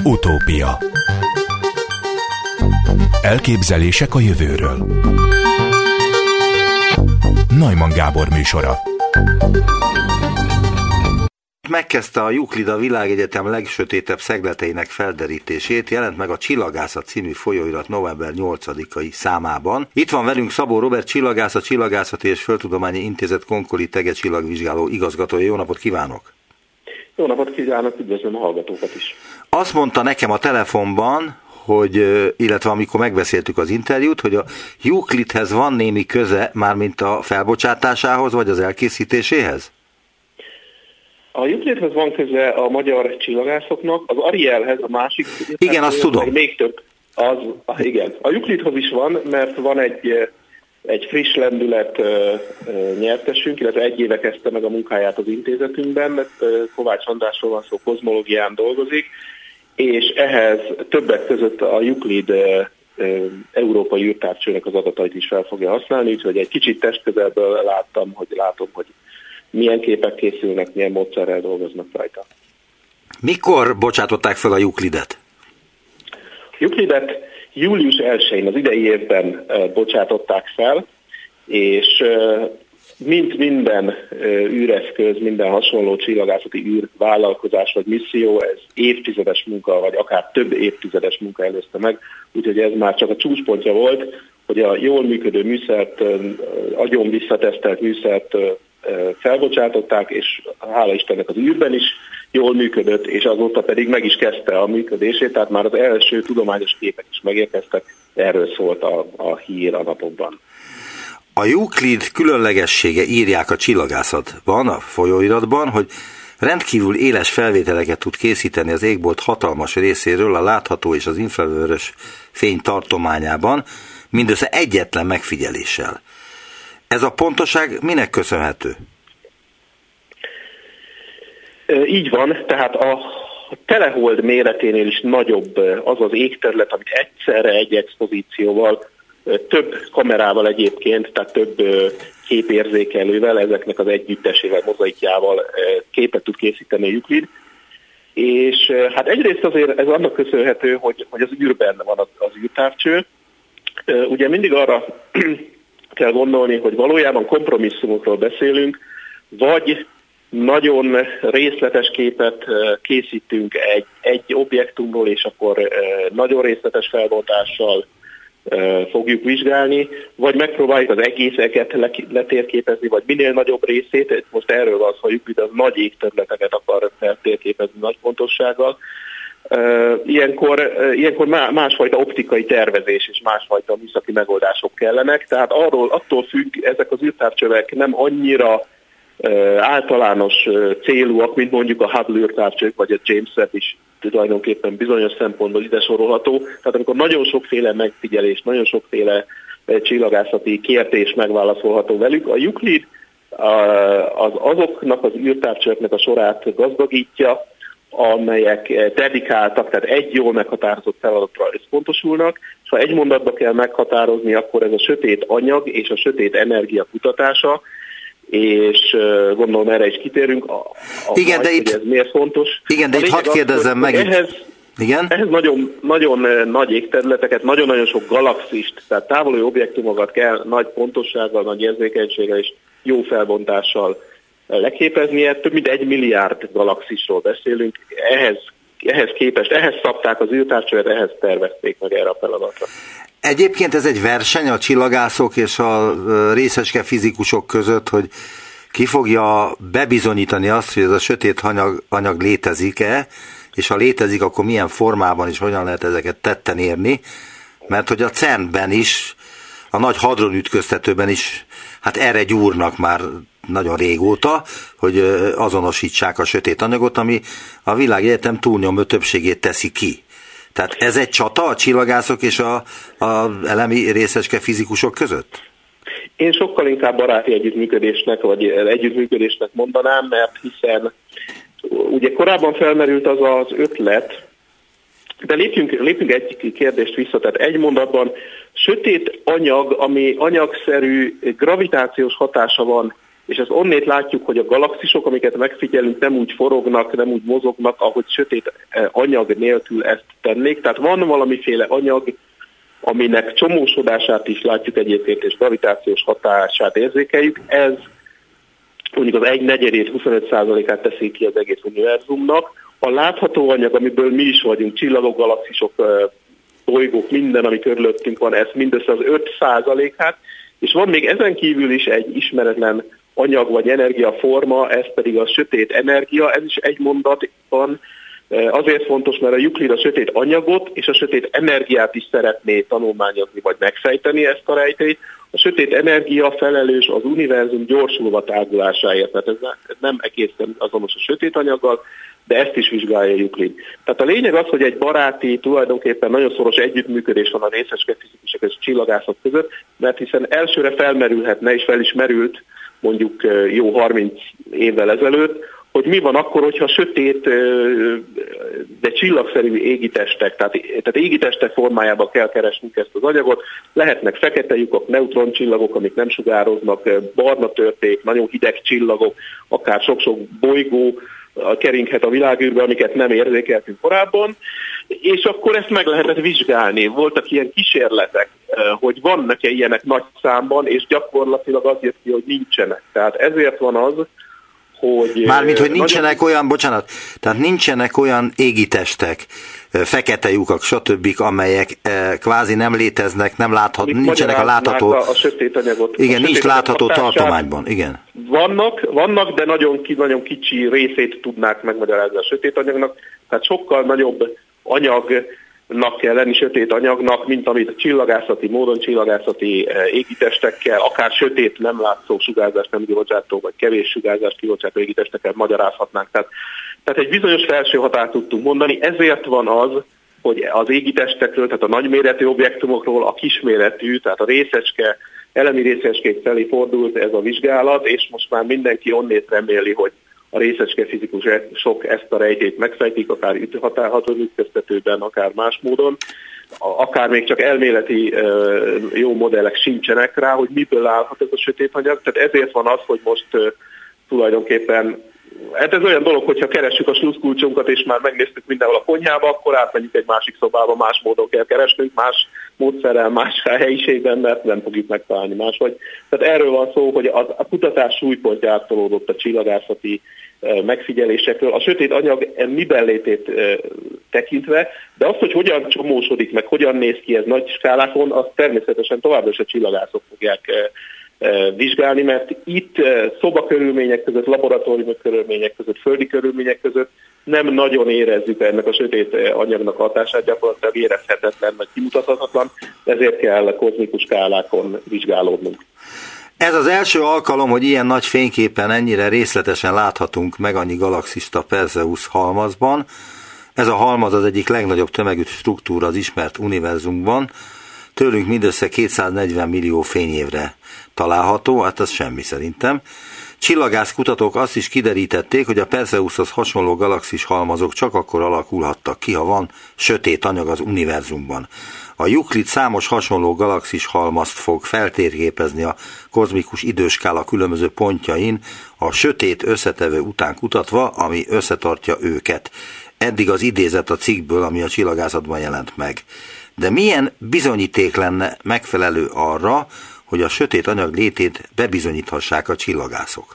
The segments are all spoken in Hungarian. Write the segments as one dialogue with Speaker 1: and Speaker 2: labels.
Speaker 1: Utópia. Elképzelések a jövőről. Neumann Gábor műsora.
Speaker 2: Megkezdte a Euclid a világegyetem legsötétebb szegleteinek felderítését, jelent meg a Csillagászat című folyóirat november 8-ai számában. Itt van velünk Szabó Róbert csillagász, a Csillagászati és Földtudományi Intézet Konkoli Tege csillagvizsgáló igazgatója. Jó napot kívánok!
Speaker 3: Jó napot kívánok, üdvözlöm a hallgatókat is!
Speaker 2: Azt mondta nekem a telefonban, hogy, illetve amikor megbeszéltük az interjút, hogy a Euclidhez van némi köze, mármint a felbocsátásához, vagy az elkészítéséhez?
Speaker 3: A Euclidhez van köze a magyar csillagászoknak, az Arielhez a másik...
Speaker 2: Igen, azt tudom.
Speaker 3: Még több. Igen. A Euclidhoz is van, mert van egy friss lendület nyertesünk, illetve egy éve kezdte meg a munkáját az intézetünkben, Kovács Andrásról van szó, kozmológián dolgozik, és ehhez többek között a Euclid európai űrtávcsőnek az adatait is fel fogja használni, úgyhogy egy kicsit testközelből látom, hogy milyen képek készülnek, milyen módszerrel dolgoznak rajta.
Speaker 2: Mikor bocsátották fel a Euclidet?
Speaker 3: Euclidet július 1-én, az idei évben bocsátották fel, és mint minden űreszköz, minden hasonló csillagászati űrvállalkozás vagy misszió, ez évtizedes munka, vagy akár több évtizedes munka előzte meg, úgyhogy ez már csak a csúcspontja volt, hogy a jól működő műszert, agyon visszatesztelt műszert felbocsátották, és hála Istennek az űrben is jól működött, és azóta pedig meg is kezdte a működését, tehát már az első tudományos képek is megérkeztek, erről szólt a hír a napokban.
Speaker 2: A Euclid különlegessége, írják a Csillagászatban, a folyóiratban, hogy rendkívül éles felvételeket tud készíteni az égbolt hatalmas részéről a látható és az infravörös fény tartományában, mindössze egyetlen megfigyeléssel. Ez a pontoság minek köszönhető?
Speaker 3: Így van, tehát a telehold méreténél is nagyobb az az égterület, amit egyszerre egy expozícióval, több kamerával egyébként, tehát több képérzékelővel, ezeknek az együttesével, mozaikjával képet tud készíteni a Euclid. És hát egyrészt azért ez annak köszönhető, hogy az űrben van az űrtávcső. Ugye mindig arra kell gondolni, hogy valójában kompromisszumokról beszélünk, vagy nagyon részletes képet készítünk egy objektumról, és akkor nagyon részletes felbontással fogjuk vizsgálni, vagy megpróbáljuk az egészeket letérképezni, vagy minél nagyobb részét, most erről van szó, hogy az nagy égterületeket akar feltérképezni nagy pontossággal. Ilyenkor másfajta optikai tervezés és másfajta műszaki megoldások kellenek, tehát attól függ, ezek az űrtávcsövek nem annyira általános célúak, mint mondjuk a Hubble űrtávcsők, vagy a James Webb is tulajdonképpen bizonyos szempontból ide sorolható. Tehát amikor nagyon sokféle megfigyelés, nagyon sokféle csillagászati kérdés megválaszolható velük, a Euclid azoknak az űrtávcsőknek a sorát gazdagítja, amelyek dedikáltak, tehát egy jól meghatározott feladatra összpontosulnak, és ha egy mondatba kell meghatározni, akkor ez a sötét anyag és a sötét energia kutatása, és gondolom erre is kitérünk,
Speaker 2: igen, de itt,
Speaker 3: hogy ez miért fontos.
Speaker 2: Igen, de itt hadd kérdezzem meg.
Speaker 3: Ehhez nagyon, nagyon nagy égterületeket, nagyon-nagyon sok galaxist, tehát távoli objektumokat kell nagy pontossággal, nagy érzékenységgel és jó felbontással leképeznie. Több mint 1 milliárd galaxisról beszélünk, ehhez szabták az űrtávcsövet, ehhez tervezték meg erre a feladatra.
Speaker 2: Egyébként ez egy verseny a csillagászok és a részecske fizikusok között, hogy ki fogja bebizonyítani azt, hogy ez a sötét anyag létezik-e, és ha létezik, akkor milyen formában és hogyan lehet ezeket tetten érni, mert hogy a CERN-ben is, a nagy hadronütköztetőben is, hát erre gyúrnak már nagyon régóta, hogy azonosítsák a sötét anyagot, ami a világegyetem túlnyomó többségét teszi ki. Tehát ez egy csata a csillagászok és a elemi részecske fizikusok között?
Speaker 3: Én sokkal inkább baráti együttműködésnek, vagy együttműködésnek mondanám, mert hiszen ugye korábban felmerült az az ötlet, de lépjünk egy kérdést vissza, tehát egy mondatban sötét anyag, ami anyagszerű gravitációs hatása van és ezt onnét látjuk, hogy a galaxisok, amiket megfigyelünk, nem úgy forognak, nem úgy mozognak, ahogy sötét anyag nélkül ezt tennék. Tehát van valamiféle anyag, aminek csomósodását is látjuk egyébként, és gravitációs hatását érzékeljük. Ez mondjuk az 1/4, 25%-át teszi ki az egész univerzumnak. A látható anyag, amiből mi is vagyunk, csillagok, galaxisok, bolygók, minden, ami körülöttünk van, ez mindössze az 5%-át, és van még ezen kívül is egy ismeretlen anyag vagy energiaforma, ez pedig a sötét energia, ez is egy mondatban. Azért fontos, mert a Euklid a sötét anyagot és a sötét energiát is szeretné tanulmányozni, vagy megfejteni ezt a rejtélyt. A sötét energia felelős az univerzum gyorsulva tágulásáért, mert ez nem egészen azonos a sötét anyaggal, de ezt is vizsgálja Euklid. Tehát a lényeg az, hogy egy baráti, tulajdonképpen nagyon szoros együttműködés van a részecskefizikusok és a csillagászok között, mert hiszen elsőre felmerülhetne, és fel is merült mondjuk jó 30 évvel ezelőtt, hogy mi van akkor, hogyha sötét, de csillagszerű égitestek, tehát égitestek formájában kell keresnünk ezt az anyagot. Lehetnek fekete lyukak, neutroncsillagok, amik nem sugároznak, barna törték, nagyon hideg csillagok, akár sok-sok bolygó keringhet a világűrbe, amiket nem érzékeltünk korábban, és akkor ezt meg lehetett vizsgálni. Voltak ilyen kísérletek, hogy vannak-e ilyenek nagy számban, és gyakorlatilag az jött ki, hogy nincsenek. Tehát ezért van az, hogy...
Speaker 2: Mármint, hogy nincsenek nincsenek olyan égitestek, fekete lyukak, stb., amelyek kvázi nem léteznek, nem látható, nincsenek a látható...
Speaker 3: A sötét anyagot.
Speaker 2: Igen, nincs látható tartományban, igen.
Speaker 3: Vannak, de nagyon kicsi részét tudnák megmagyarázni a sötét anyagnak, tehát sokkal nagyobb anyagnak kell lenni, sötét anyagnak, mint amit a csillagászati módon, csillagászati égitestekkel, akár sötét, nem látszó sugárzást nem kibocsátó, vagy kevés sugárzást kibocsátó égitestekkel magyarázhatnánk. Tehát egy bizonyos felső határt tudtunk mondani, ezért van az, hogy az égitestekről, tehát a nagyméretű objektumokról a kisméretű, tehát a részecske, elemi részecskék felé fordult ez a vizsgálat, és most már mindenki onnét reméli, hogy a részecske fizikusok ezt a rejtét megfejtik, akár ütköztetőben, akár más módon, akár még csak elméleti jó modellek sincsenek rá, hogy miből állhat ez a sötét anyag. Tehát ezért van az, hogy most tulajdonképpen, hát ez olyan dolog, hogyha keressük a sluszkulcsunkat, és már megnéztük mindenhol a konyhába, akkor átmenjük egy másik szobába, más módon kell keresnünk, más módszerrel, más helyiségben, mert nem fogjuk megtalálni máshogy. Tehát erről van szó, hogy a kutatás súlypontja áttolódott a csillagászati megfigyelésekről. A sötét anyag miben létét tekintve, de azt, hogy hogyan csomósodik, meg hogyan néz ki ez nagy skálákon, azt természetesen továbbra is a csillagászok fogják vizsgálni, mert itt szobakörülmények között, laboratóriumi körülmények között, földi körülmények között nem nagyon érezzük ennek a sötét anyagnak hatását, gyakorlatilag érezhetetlen, vagy kimutathatatlan, ezért kell kozmikus skálákon vizsgálódnunk.
Speaker 2: Ez az első alkalom, hogy ilyen nagy fényképen ennyire részletesen láthatunk meg annyi galaxist a Perseus halmazban. Ez a halmaz az egyik legnagyobb tömegű struktúra az ismert univerzumban. Tőlünk mindössze 240 millió fényévre található, hát ez semmi szerintem. Csillagász kutatók azt is kiderítették, hogy a Perseushoz hasonló galaxis halmazok csak akkor alakulhattak ki, ha van sötét anyag az univerzumban. A Euklid számos hasonló galaxis halmazt fog feltérképezni a kozmikus időskála különböző pontjain, a sötét összetevő után kutatva, ami összetartja őket. Eddig az idézet a cikkből, ami a csillagászatban jelent meg. De milyen bizonyíték lenne megfelelő arra, hogy a sötét anyag létét bebizonyíthassák a csillagászok?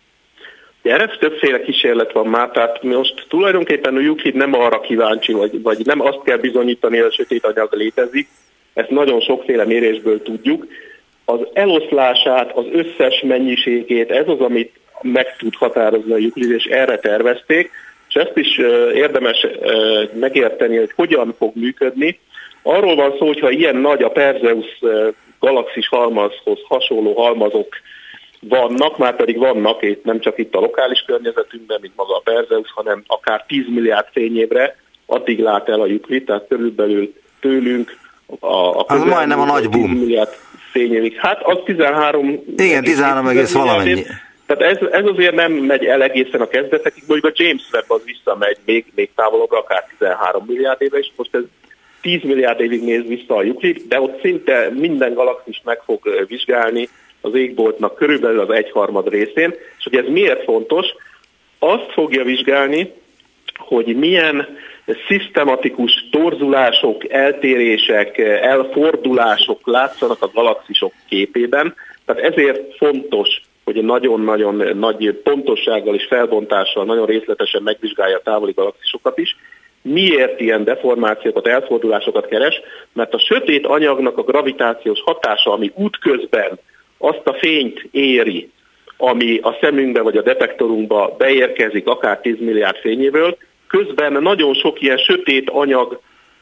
Speaker 3: Erre többféle kísérlet van már, tehát most tulajdonképpen a Euklid nem arra kíváncsi, vagy nem azt kell bizonyítani, hogy a sötét anyag létezik, ezt nagyon sokféle mérésből tudjuk. Az eloszlását, az összes mennyiségét, ez az, amit meg tud határozni a Euklid, és erre tervezték, és ezt is érdemes megérteni, hogy hogyan fog működni. Arról van szó, hogyha ilyen nagy a Perseus galaxis halmazhoz hasonló halmazok vannak, már pedig vannak, nem csak itt a lokális környezetünkben, mint maga a Perseus, hanem akár 10 milliárd fényévre addig lát el a Euklid, tehát körülbelül tőlünk
Speaker 2: az majdnem a nagy boom.
Speaker 3: 10 milliárd fényévig. Hát az 13...
Speaker 2: Igen, 13 egész valamennyi.
Speaker 3: Tehát ez azért nem megy el egészen a kezdetekig, mondjuk a James Webb az visszamegy még távolabbra, akár 13 milliárd éve, és most ez 10 milliárd évig néz vissza a Euclid, de ott szinte minden galaxist meg fog vizsgálni az égboltnak körülbelül az 1/3 részén, és hogy ez miért fontos, azt fogja vizsgálni, hogy milyen szisztematikus torzulások, eltérések, elfordulások látszanak a galaxisok képében. Tehát ezért fontos, hogy nagyon-nagyon nagy pontossággal és felbontással nagyon részletesen megvizsgálja a távoli galaxisokat is. Miért ilyen deformációkat, elfordulásokat keres? Mert a sötét anyagnak a gravitációs hatása, ami útközben azt a fényt éri, ami a szemünkbe vagy a detektorunkba beérkezik akár 10 milliárd fényévől, közben nagyon sok ilyen sötét anyag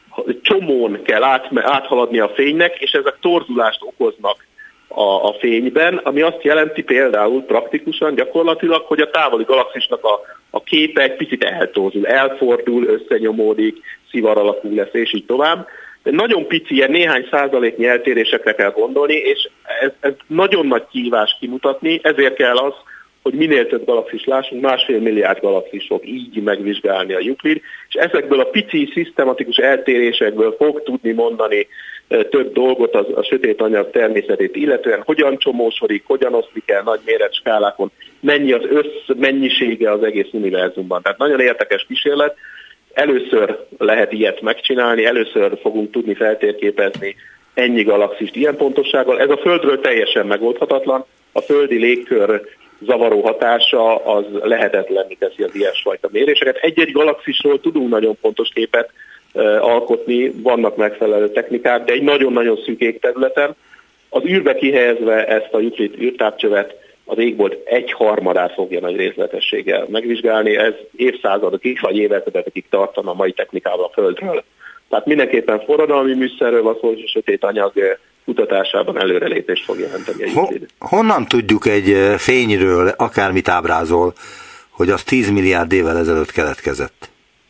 Speaker 3: csomón kell áthaladni a fénynek, és ezek torzulást okoznak a fényben, ami azt jelenti például praktikusan, gyakorlatilag, hogy a távoli galaxisnak a képe egy picit eltorzul, elfordul, összenyomódik, szivar alakú lesz, és így tovább. De nagyon pici, ilyen néhány százaléknyi eltérésekre kell gondolni, és ez nagyon nagy kihívás kimutatni, ezért kell az, hogy minél több galaxis lássunk, 1,5 milliárd galaxis fog így megvizsgálni a Euclid, és ezekből a pici, szisztematikus eltérésekből fog tudni mondani több dolgot a sötét anyag természetét, illetően hogyan csomósodik, hogyan oszlik el nagy méretskálákon, mennyi az összmennyisége az egész univerzumban. Tehát nagyon érdekes kísérlet. Először lehet ilyet megcsinálni, először fogunk tudni feltérképezni ennyi galaxist ilyen pontossággal. Ez a Földről teljesen megoldhatatlan. A földi légkör zavaró hatása az lehetetlenné teszi az ilyesfajta méréseket. Egy-egy galaxisról tudunk nagyon pontos képet alkotni, vannak megfelelő technikák, de egy nagyon-nagyon szűk égterületen. Az űrbe kihelyezve ezt a Euclid űrtávcsövet az égbolt 1/3 fogja nagy részletességgel megvizsgálni, ez évszázadokig vagy évtizedekig tartana a mai technikával a Földről. Tehát mindenképpen forradalmi műszerről van szó, és a sötét anyag kutatásában előrelépést fog jelenteni a Euclid.
Speaker 2: Honnan tudjuk egy fényről, akármit ábrázol, hogy az 10 milliárd évvel ezelőtt keletkezett?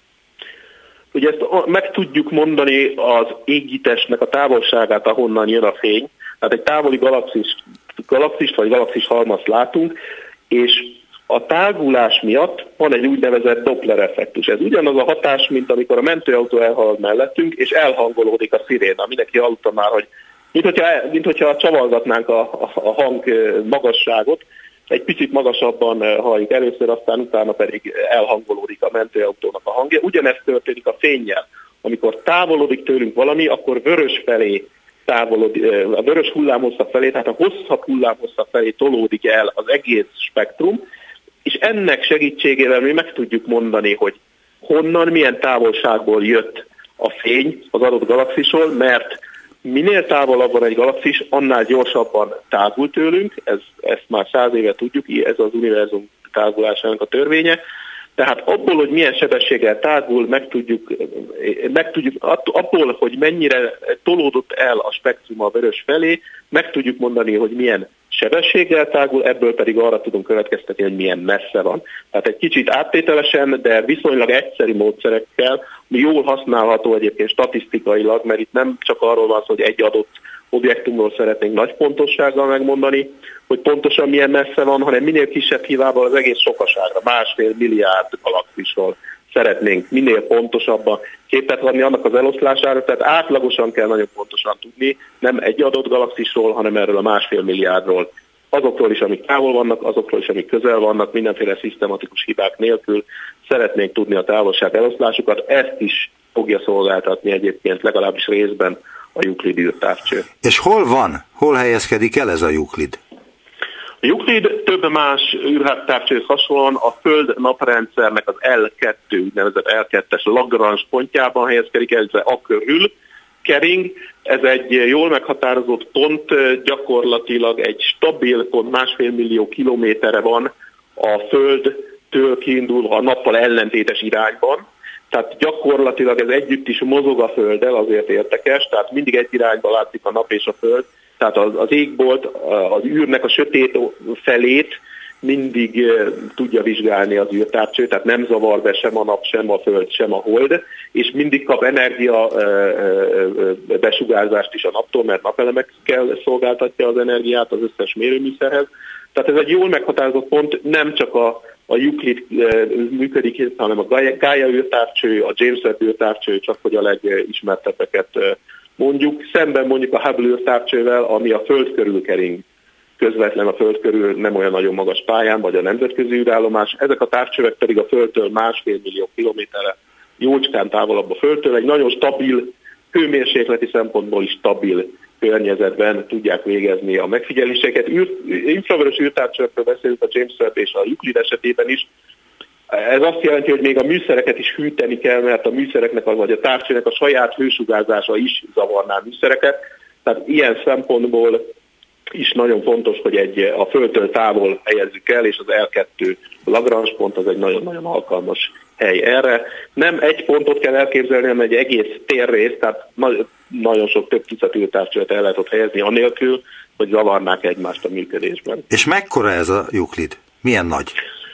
Speaker 3: Ugye ezt meg tudjuk mondani az égitestnek a távolságát, ahonnan jön a fény. Tehát egy távoli galaxist vagy galaxis halmazt látunk, és a tágulás miatt van egy úgynevezett Doppler effektus. Ez ugyanaz a hatás, mint amikor a mentőautó elhalad mellettünk, és elhangolódik a sziréna. Mindenki hallottam már, hogy mint hogyha csavargatnánk a hang magasságot, egy picit magasabban halljuk először, aztán utána pedig elhangolódik a mentőautónak a hangja. Ugyanezt történik a fénnyel. Amikor távolodik tőlünk valami, akkor vörös felé a vörös hullámhossza felé, tehát a hosszabb hullámhossza felé tolódik el az egész spektrum, és ennek segítségével mi meg tudjuk mondani, hogy honnan, milyen távolságból jött a fény az adott galaxisról, mert minél távolabb van egy galaxis, annál gyorsabban tágul tőlünk, ezt már 100 éve tudjuk, ez az univerzum tágulásának a törvénye. Tehát abból, hogy milyen sebességgel tágul, meg tudjuk abból, hogy mennyire tolódott el a spektrum a vörös felé, meg tudjuk mondani, hogy milyen sebességgel tágul, ebből pedig arra tudunk következtetni, hogy milyen messze van. Tehát egy kicsit áttételesen, de viszonylag egyszerű módszerekkel, mi jól használható egyébként statisztikailag, mert itt nem csak arról van szó, hogy egy adott objektumról szeretnénk nagy pontossággal megmondani, hogy pontosan milyen messze van, hanem minél kisebb hibával az egész sokaságra, 1,5 milliárd galaxisról szeretnénk minél pontosabban képet adni annak az eloszlására, tehát átlagosan kell nagyon pontosan tudni, nem egy adott galaxisról, hanem erről a 1,5 milliárdról. Azokról is, amik távol vannak, azokról is, amik közel vannak, mindenféle szisztematikus hibák nélkül szeretnénk tudni a távolság eloszlásukat, ezt is fogja szolgáltatni egyébként legalábbis részben a Euclid űrtávcső.
Speaker 2: És hol van? Hol helyezkedik el ez a Euclid?
Speaker 3: A Euclid több más űrtávcsőhöz hasonlóan a Föld naprendszernek az L2, úgynevezett L2-es Lagrange pontjában helyezkedik el, ez a körül kering. Ez egy jól meghatározott pont, gyakorlatilag egy stabil pont 1,5 millió kilométerre van a Földtől kiindulva a nappal ellentétes irányban. Tehát gyakorlatilag ez együtt is mozog a Földdel, azért érdekes, tehát mindig egy irányba látszik a nap és a Föld. Tehát az égbolt, az űrnek a sötét felét mindig tudja vizsgálni az űrtávcső, tehát nem zavar be sem a nap, sem a Föld, sem a Hold, és mindig kap energia besugárzást is a naptól, mert napelemekkel szolgáltatja az energiát az összes mérőműszerhez. Tehát ez egy jól meghatározott pont, nem csak a Euclid működik, hanem a Gaia űrtávcső, a James Webb űrtávcső, csak hogy a legismertebbeket mondjuk. Szemben mondjuk a Hubble űrtávcsővel, ami a Föld körül kering, közvetlen a Föld körül, nem olyan nagyon magas pályán, vagy a nemzetközi űrállomás. Ezek a távcsövek pedig a Földtől 1,5 millió kilométerre, jócskán távolabb a Földtől, egy nagyon stabil, hőmérsékleti szempontból is stabil környezetben tudják végezni a megfigyeléseket. Infravörös űrtávcsövekről beszélünk a James Webb és a Euclid esetében is. Ez azt jelenti, hogy még a műszereket is hűteni kell, mert a műszereknek vagy a távcsőnek a saját hősugárzása is zavarná a műszereket. Tehát ilyen szempontból is nagyon fontos, hogy a Földtől távol helyezzük el, és az L2 Lagrange pont az egy nagyon-nagyon alkalmas hely erre. Nem egy pontot kell elképzelni, hanem egy egész térrészt, tehát nagyon sok több tucat űrtávcsövet el lehet ott helyezni, anélkül, hogy zavarnák egymást a működésben.
Speaker 2: És mekkora ez a Euclid? Milyen nagy?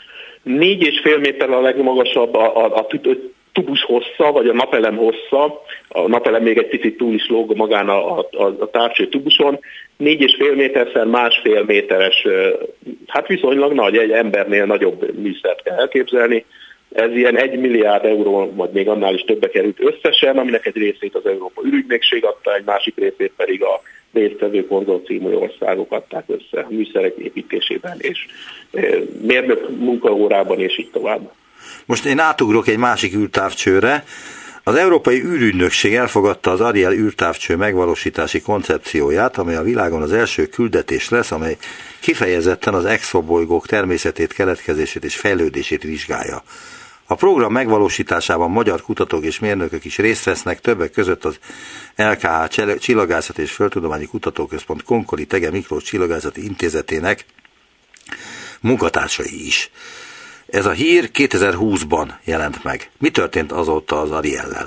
Speaker 3: 4,5 méter a legmagasabb a tubus hossza, vagy a napelem hossza. A napelem még egy picit túl is lóg magán a távcső tubuson. 4,5 méterszer 1,5 méteres, hát viszonylag nagy, egy embernél nagyobb műszert kell elképzelni. Ez ilyen 1 milliárd euró, vagy még annál is többe került összesen, aminek egy részét az Európai űrügynökség adta, egy másik részét pedig a résztvevő konzorciumi országok adták össze a műszerek építésében és mérnök munkaórában és így tovább.
Speaker 2: Most én átugrok egy másik űrtávcsőre. Az Európai űrügynökség elfogadta az Ariel űrtávcső megvalósítási koncepcióját, amely a világon az első küldetés lesz, amely kifejezetten az exobolygók természetét, keletkezését és fejlődését vizsgálja. A program megvalósításában magyar kutatók és mérnökök is részt vesznek, többek között az LKH Csillagászati és Földtudományi Kutatóközpont Konkoli Tege Miklós Csillagászati Intézetének munkatársai is. Ez a hír 2020-ban jelent meg. Mi történt azóta az Ariellel?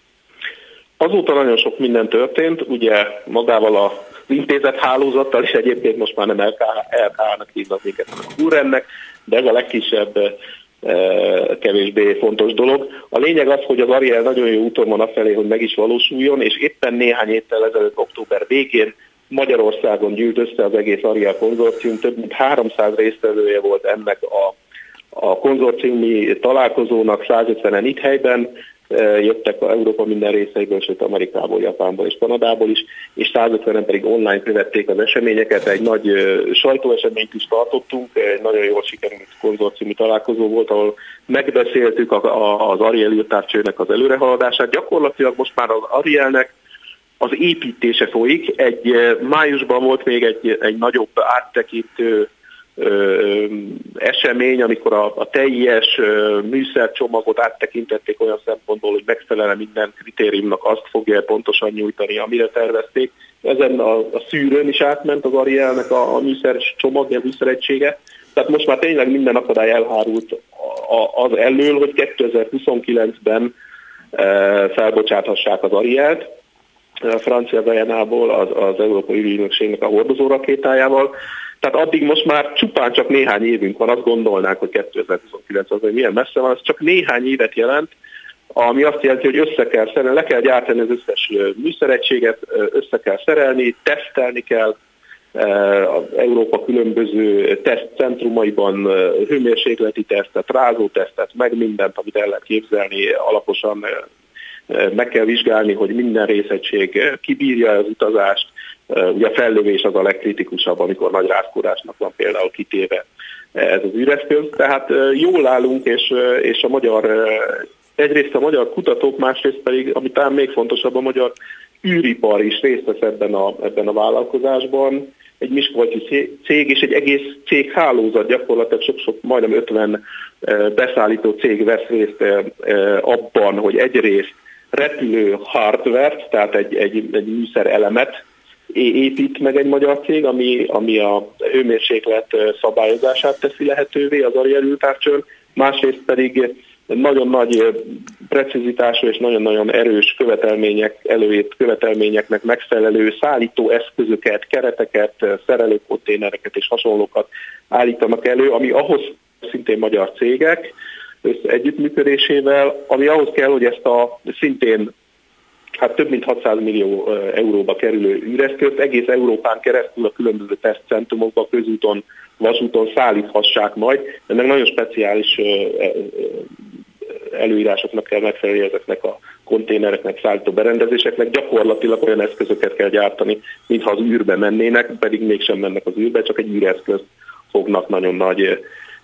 Speaker 3: Azóta nagyon sok minden történt, ugye magával az intézet hálózattal, és egyébként most már nem LKH-nak hívnak minket, hanem a UREN-nek, de ez a legkisebb, kevésbé fontos dolog. A lényeg az, hogy az Ariel nagyon jó úton van afelé, hogy meg is valósuljon, és éppen néhány héttel ezelőtt október végén Magyarországon gyűlt össze az egész Ariel konzorcium, több mint 300 résztvevője volt ennek a konzorciumi találkozónak, 150-en itt helyben jöttek a Európa minden részeiből, sőt Amerikából, Japánból és Kanadából is, és 150-en pedig online követték az eseményeket. Egy nagy sajtóeseményt is tartottunk, egy nagyon jól sikerült konzorciumi találkozó volt, ahol megbeszéltük az Ariel űrtávcsőnek az előrehaladását. Gyakorlatilag most már az Arielnek az építése folyik. Májusban volt még egy nagyobb áttekintő esemény, amikor a teljes műszercsomagot áttekintették olyan szempontból, hogy megfelel minden kritériumnak, azt fogja pontosan nyújtani, amire tervezték. Ezen a szűrőn is átment az Arielnek a műszercsomag, a műszeregysége. Tehát most már tényleg minden akadály elhárult az elől, hogy 2029-ben felbocsáthassák az Arielt, a Francia Guyanából az Európai Űrügynökségnek a hordozó rakétájával. Tehát addig most már csupán csak néhány évünk van, azt gondolnánk, hogy 2029 az, hogy milyen messze van, az csak néhány évet jelent, ami azt jelenti, hogy össze kell szerelni, le kell gyártani az összes műszeregységet, össze kell szerelni, tesztelni kell, az Európa különböző tesztcentrumaiban hőmérsékleti tesztet, rázótesztet, meg mindent, amit el lehet képzelni, alaposan meg kell vizsgálni, hogy minden részegység kibírja az utazást. Ugye a fellövés az a legkritikusabb, amikor nagy rázkódásnak van például kitéve ez az űreszköz. Tehát jól állunk, és egyrészt a magyar kutatók, másrészt pedig, ami talán még fontosabb, a magyar űripar is részt vesz ebben a vállalkozásban. Egy miskolci cég és egy egész céghálózat, gyakorlatilag sok-sok, majdnem 50 beszállító cég vesz részt abban, hogy egyrészt repülő hardware-t, tehát egy műszerelemet épít meg egy magyar cég, ami a hőmérséklet szabályozását teszi lehetővé az Ariel űrtávcsőn, másrészt pedig nagyon nagy precizitású és nagyon-nagyon erős követelményeknek megfelelő szállító eszközöket, kereteket, szerelőkonténereket és hasonlókat állítanak elő, ami ahhoz szintén magyar cégek együttműködésével, ami ahhoz kell, hogy ezt a szintén több mint 600 millió euróba kerülő űreszközt egész Európán keresztül a különböző tesztcentrumokba, közúton vasúton szállíthassák majd. Ennek nagyon speciális előírásoknak kell megfelelni ezeknek a konténereknek, szállító berendezéseknek. Gyakorlatilag olyan eszközöket kell gyártani, mintha az űrbe mennének, pedig mégsem mennek az űrbe, csak egy űreszközt fognak nagyon nagy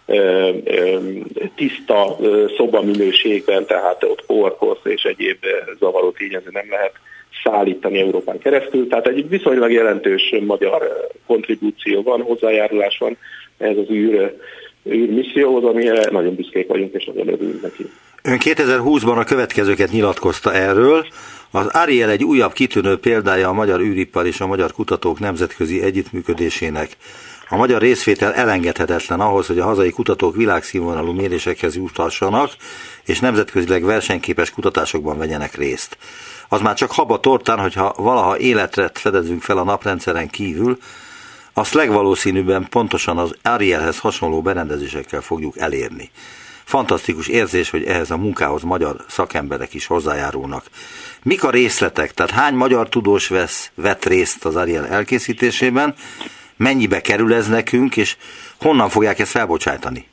Speaker 3: tiszta szobaminőségben, tehát ott porkosz és egyéb zavaró tényező nem lehet szállítani Európán keresztül. Tehát egy viszonylag jelentős magyar kontribúció van, hozzájárulás van ez az űrmisszióhoz, amire nagyon büszkék vagyunk és nagyon örülünk neki.
Speaker 2: Ön 2020-ban a következőket nyilatkozta erről. Az Ariel egy újabb kitűnő példája a magyar űripar és a magyar kutatók nemzetközi együttműködésének. A magyar részvétel elengedhetetlen ahhoz, hogy a hazai kutatók világszínvonalú mérésekhez juthassanak, és nemzetközileg versenyképes kutatásokban vegyenek részt. Az már csak hab a tortán, hogyha valaha életet fedezünk fel a naprendszeren kívül, azt legvalószínűbben pontosan az Arielhez hasonló berendezésekkel fogjuk elérni. Fantasztikus érzés, hogy ehhez a munkához magyar szakemberek is hozzájárulnak. Mik a részletek? Tehát hány magyar tudós vett részt az Ariel elkészítésében? Mennyibe kerül ez nekünk, és honnan fogják ezt felbocsájtani?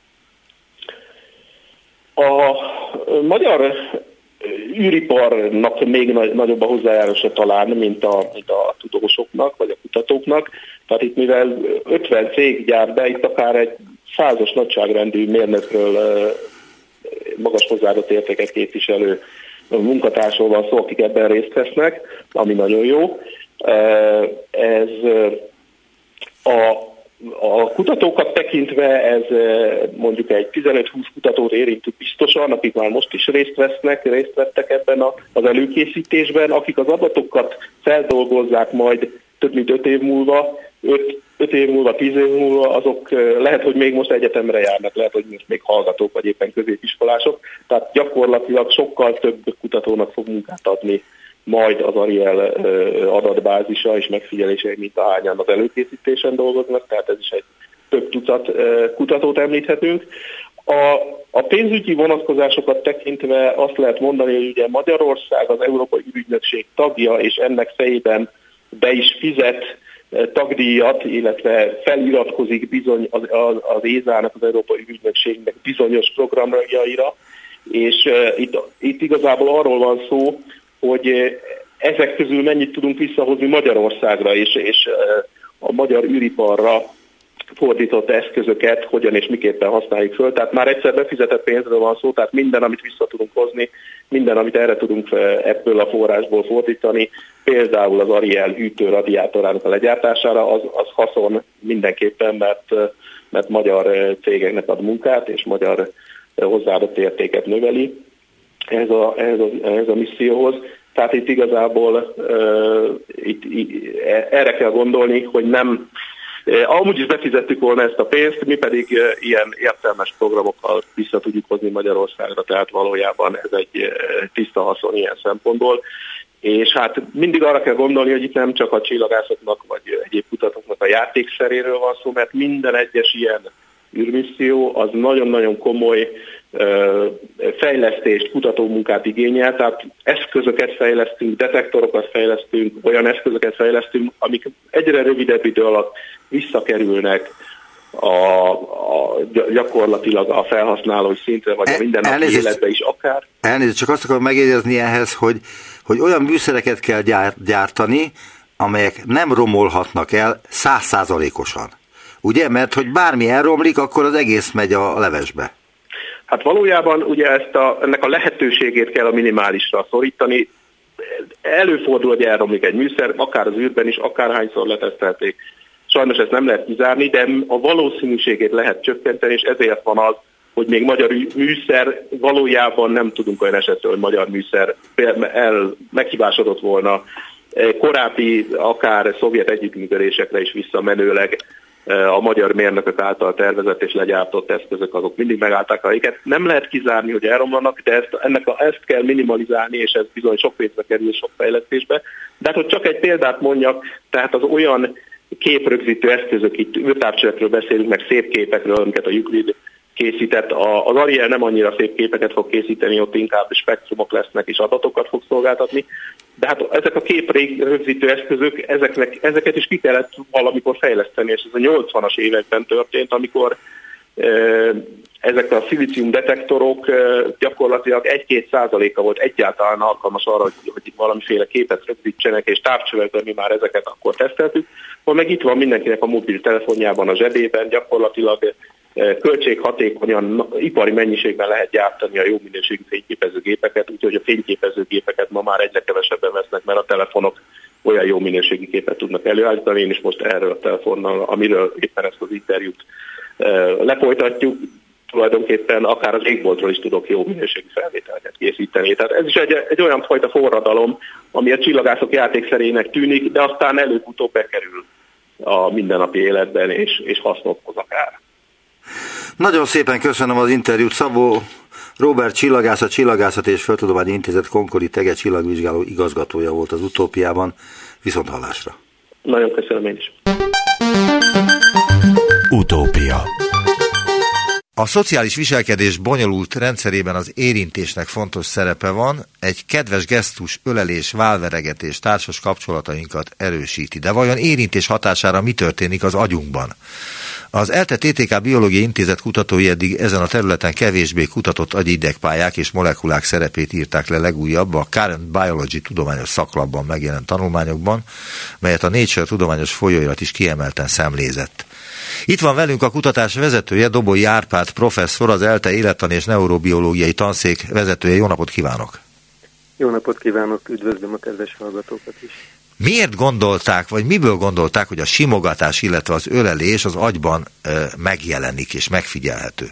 Speaker 3: A magyar űriparnak még nagyobb a hozzájárulása talán, mint a tudósoknak, vagy a kutatóknak. Tehát itt mivel 50 cég gyárt be, itt akár egy 100-as nagyságrendű mérnökről, magas hozzáadott értéket képviselő munkatársról van szó, akik ebben részt vesznek, ami nagyon jó. Ez a kutatókat tekintve ez mondjuk egy 15-20 kutatót érintünk biztosan, akik már most is részt vettek ebben az előkészítésben, akik az adatokat feldolgozzák majd több mint 5 év múlva, 5 év múlva, 10 év múlva, azok lehet, hogy még most egyetemre járnak, lehet, hogy most még hallgatók, vagy éppen középiskolások, tehát gyakorlatilag sokkal több kutatónak fog munkát adni majd az Ariel adatbázisa és megfigyelései, mint ahányan az előkészítésen dolgoznak, tehát ez is egy több tucat kutatót említhetünk. A pénzügyi vonatkozásokat tekintve azt lehet mondani, hogy ugye Magyarország az Európai Ürügynökség tagja, és ennek fejében be is fizet tagdíjat, illetve feliratkozik bizony az ESA-nak, az Európai Ügynökségnek bizonyos programjaira, és itt igazából arról van szó, hogy ezek közül mennyit tudunk visszahozni Magyarországra és a magyar űriparra fordított eszközöket hogyan és miképpen használjuk föl. Tehát már egyszer befizetett pénzről van szó, tehát minden, amit vissza tudunk hozni, minden, amit erre tudunk ebből a forrásból fordítani, például az Ariel hűtő-radiátorának a legyártására, az haszon mindenképpen, mert magyar cégeknek ad munkát, és magyar hozzáadott értéket növeli ehhez a misszióhoz. Tehát itt igazából erre kell gondolni, hogy nem amúgy is befizettük volna ezt a pénzt, mi pedig ilyen értelmes programokkal vissza tudjuk hozni Magyarországra, tehát valójában ez egy tiszta haszon ilyen szempontból. És hát mindig arra kell gondolni, hogy itt nem csak a csillagászoknak vagy egyéb kutatóknak a játékszeréről van szó, mert minden egyes ilyen űrmisszió az nagyon-nagyon komoly fejlesztést, kutatómunkát igényel, tehát eszközöket fejlesztünk, detektorokat fejlesztünk, olyan eszközöket fejlesztünk, amik egyre rövidebb idő alatt visszakerülnek gyakorlatilag a felhasználói szintre, vagy a mindennapi életbe is akár.
Speaker 2: Elnézést, csak azt akarom megjegyezni ehhez, hogy olyan műszereket kell gyártani, amelyek nem romolhatnak el 100%-osan. Ugye? Mert hogy bármi elromlik, akkor az egész megy a levesbe.
Speaker 3: Hát valójában ugye ennek a lehetőségét kell a minimálisra szorítani. Előfordul, hogy elromlik egy műszer, akár az űrben is, akárhányszor letesztelték. Sajnos ezt nem lehet kizárni, de a valószínűségét lehet csökkenteni, és ezért van az, hogy még magyar műszer, valójában nem tudunk olyan esetről, hogy magyar műszer meghibásodott volna. Korábbi, akár szovjet együttműködésekre is visszamenőleg a magyar mérnökök által tervezett és legyártott eszközök azok mindig megállták a helyüket. Nem lehet kizárni, hogy elromlanak, de ezt kell minimalizálni, és ez bizony sok pénzbe kerül, sok fejlesztésbe. De hát, hogy csak egy példát mondjak, tehát az olyan képrögzítő eszközök, itt űrtávcsövekről beszélünk, meg szép képekről, amiket a Euclid készített. Az Ariel nem annyira szép képeket fog készíteni, ott inkább spektrumok lesznek és adatokat fog szolgáltatni. De hát ezek a képrögzítő eszközök, ezeket is ki kellett valamikor fejleszteni, és ez a 80-as években történt, amikor ezek a szilícium detektorok gyakorlatilag 1-2%-a volt egyáltalán alkalmas arra, hogy valamiféle képet rögzítsenek, és távcsövekben mi már ezeket akkor teszteltük. Meg itt van mindenkinek a mobiltelefonjában, a zsebében, gyakorlatilag költséghatékonyan, ipari mennyiségben lehet gyártani a jó minőségű fényképezőgépeket, úgyhogy a fényképezőgépeket ma már egyre kevesebben vesznek, mert a telefonok olyan jó minőségű képet tudnak előállítani. Én is most erről a telefonnal, amiről éppen ezt az interjút lefolytatjuk, tulajdonképpen akár az égboltról is tudok jó minőségű felvételeket készíteni. Tehát ez is egy olyan fajta forradalom, ami a csillagászok játékszerének tűnik, de aztán előbb-utóbb bekerül a mindennapi életben, és hasznot hoz akár.
Speaker 2: Nagyon szépen köszönöm az interjút. Szabó Róbert csillagász, a Csillagászati és Földtudományi Intézet Concoli Tege csillagvizsgáló igazgatója volt az Utópiában. Viszonthallásra.
Speaker 3: Nagyon köszönöm én is.
Speaker 1: Utópia.
Speaker 4: A szociális viselkedés bonyolult rendszerében az érintésnek fontos szerepe van, egy kedves gesztus, ölelés, válveregetés társas kapcsolatainkat erősíti. De vajon érintés hatására mi történik az agyunkban? Az ELTE TTK Biológiai Intézet kutatói eddig ezen a területen kevésbé kutatott agyi idegpályák és molekulák szerepét írták le legújabb a Current Biology tudományos szaklapban megjelent tanulmányokban, melyet a Nature tudományos folyóirat is kiemelten szemlézett. Itt van velünk a kutatás vezetője, Doboly Árpád professzor, az ELTE élettani és neurobiológiai tanszék vezetője. Jó napot kívánok!
Speaker 5: Jó napot kívánok, üdvözlöm a kedves hallgatókat is!
Speaker 4: Miért gondolták, vagy miből gondolták, hogy a simogatás, illetve az ölelés az agyban megjelenik és megfigyelhető?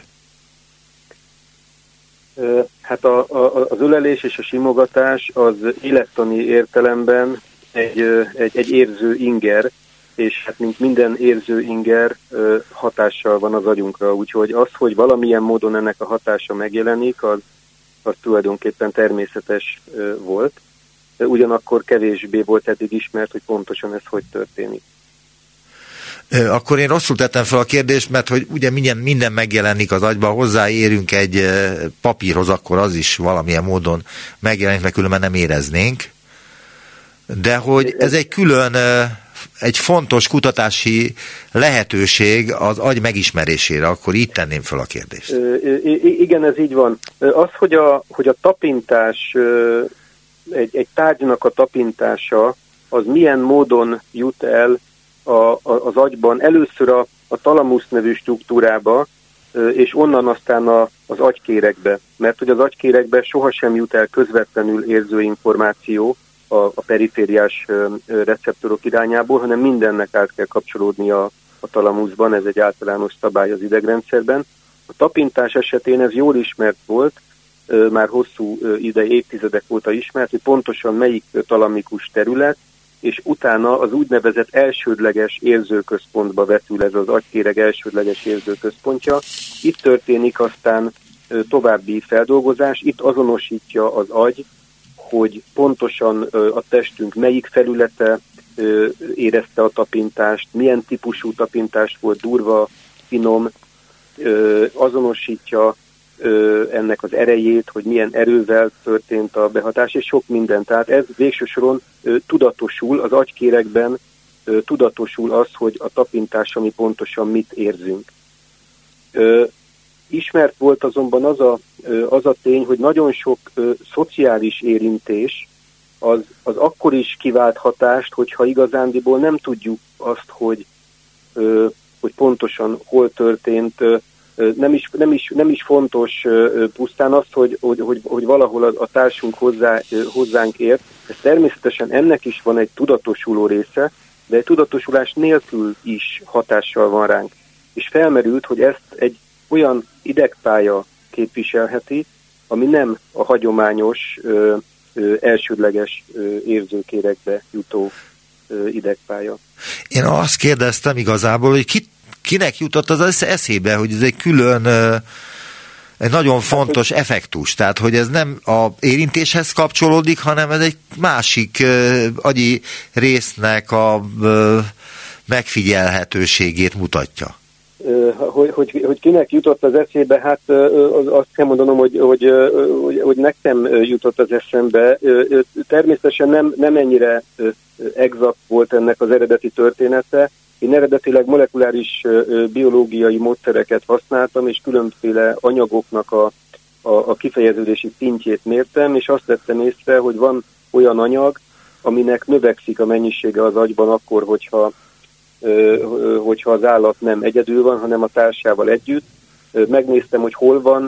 Speaker 5: Hát az ölelés és a simogatás az élettani értelemben egy érző inger, és hát mint minden érző inger hatással van az agyunkra, úgyhogy az, hogy valamilyen módon ennek a hatása megjelenik, az tulajdonképpen természetes volt. Ugyanakkor kevésbé volt eddig ismert, hogy pontosan ez hogy történik.
Speaker 4: Akkor én rosszul tettem fel a kérdést, mert hogy ugye minden megjelenik az agyban, hozzáérünk egy papírhoz, akkor az is valamilyen módon megjelenik, mert különben nem éreznénk. De hogy ez egy külön, egy fontos kutatási lehetőség az agy megismerésére, akkor így tenném fel a kérdést.
Speaker 5: Igen, ez így van. Az, hogy a tapintás, egy tárgynak a tapintása, az milyen módon jut el az agyban, először a talamusz nevű struktúrába, és onnan aztán az agykéregbe. Mert hogy az agykéregbe sohasem jut el közvetlenül érző információ a perifériás receptorok irányából, hanem mindennek át kell kapcsolódni a talamuszban, ez egy általános szabály az idegrendszerben. A tapintás esetén ez jól ismert volt, már hosszú évtizedek óta ismert, hogy pontosan melyik talamikus terület, és utána az úgynevezett elsődleges érzőközpontba vetül ez az agykéreg elsődleges érzőközpontja. Itt történik aztán további feldolgozás, itt azonosítja az agy, hogy pontosan a testünk melyik felülete érezte a tapintást, milyen típusú tapintás volt, durva, finom, azonosítja ennek az erejét, hogy milyen erővel történt a behatás, és sok minden. Tehát ez végső soron tudatosul, az agykéregben tudatosul az, hogy a tapintás, ami pontosan mit érzünk. Ismert volt azonban az a tény, hogy nagyon sok szociális érintés az akkor is kivált hatást, hogyha igazándiból nem tudjuk azt, hogy pontosan hol történt. Nem is fontos pusztán az, hogy valahol a társunk hozzánk ért. Ez természetesen ennek is van egy tudatosuló része, de egy tudatosulás nélkül is hatással van ránk. És felmerült, hogy ezt egy olyan idegpálya képviselheti, ami nem a hagyományos, elsődleges érzőkéregbe jutó idegpálya.
Speaker 4: Én azt kérdeztem igazából, hogy kinek jutott az eszébe, hogy ez egy külön, egy nagyon fontos effektus, tehát hogy ez nem a érintéshez kapcsolódik, hanem ez egy másik agyi résznek a megfigyelhetőségét mutatja.
Speaker 5: Hogy kinek jutott az eszébe, hát azt kell mondanom, hogy nekem jutott az eszembe. Természetesen nem ennyire exakt volt ennek az eredeti története. Én eredetileg molekuláris biológiai módszereket használtam, és különféle anyagoknak a kifejeződési szintjét mértem, és azt vettem észre, hogy van olyan anyag, aminek növekszik a mennyisége az agyban akkor, hogyha az állat nem egyedül van, hanem a társával együtt. Megnéztem, hogy hol van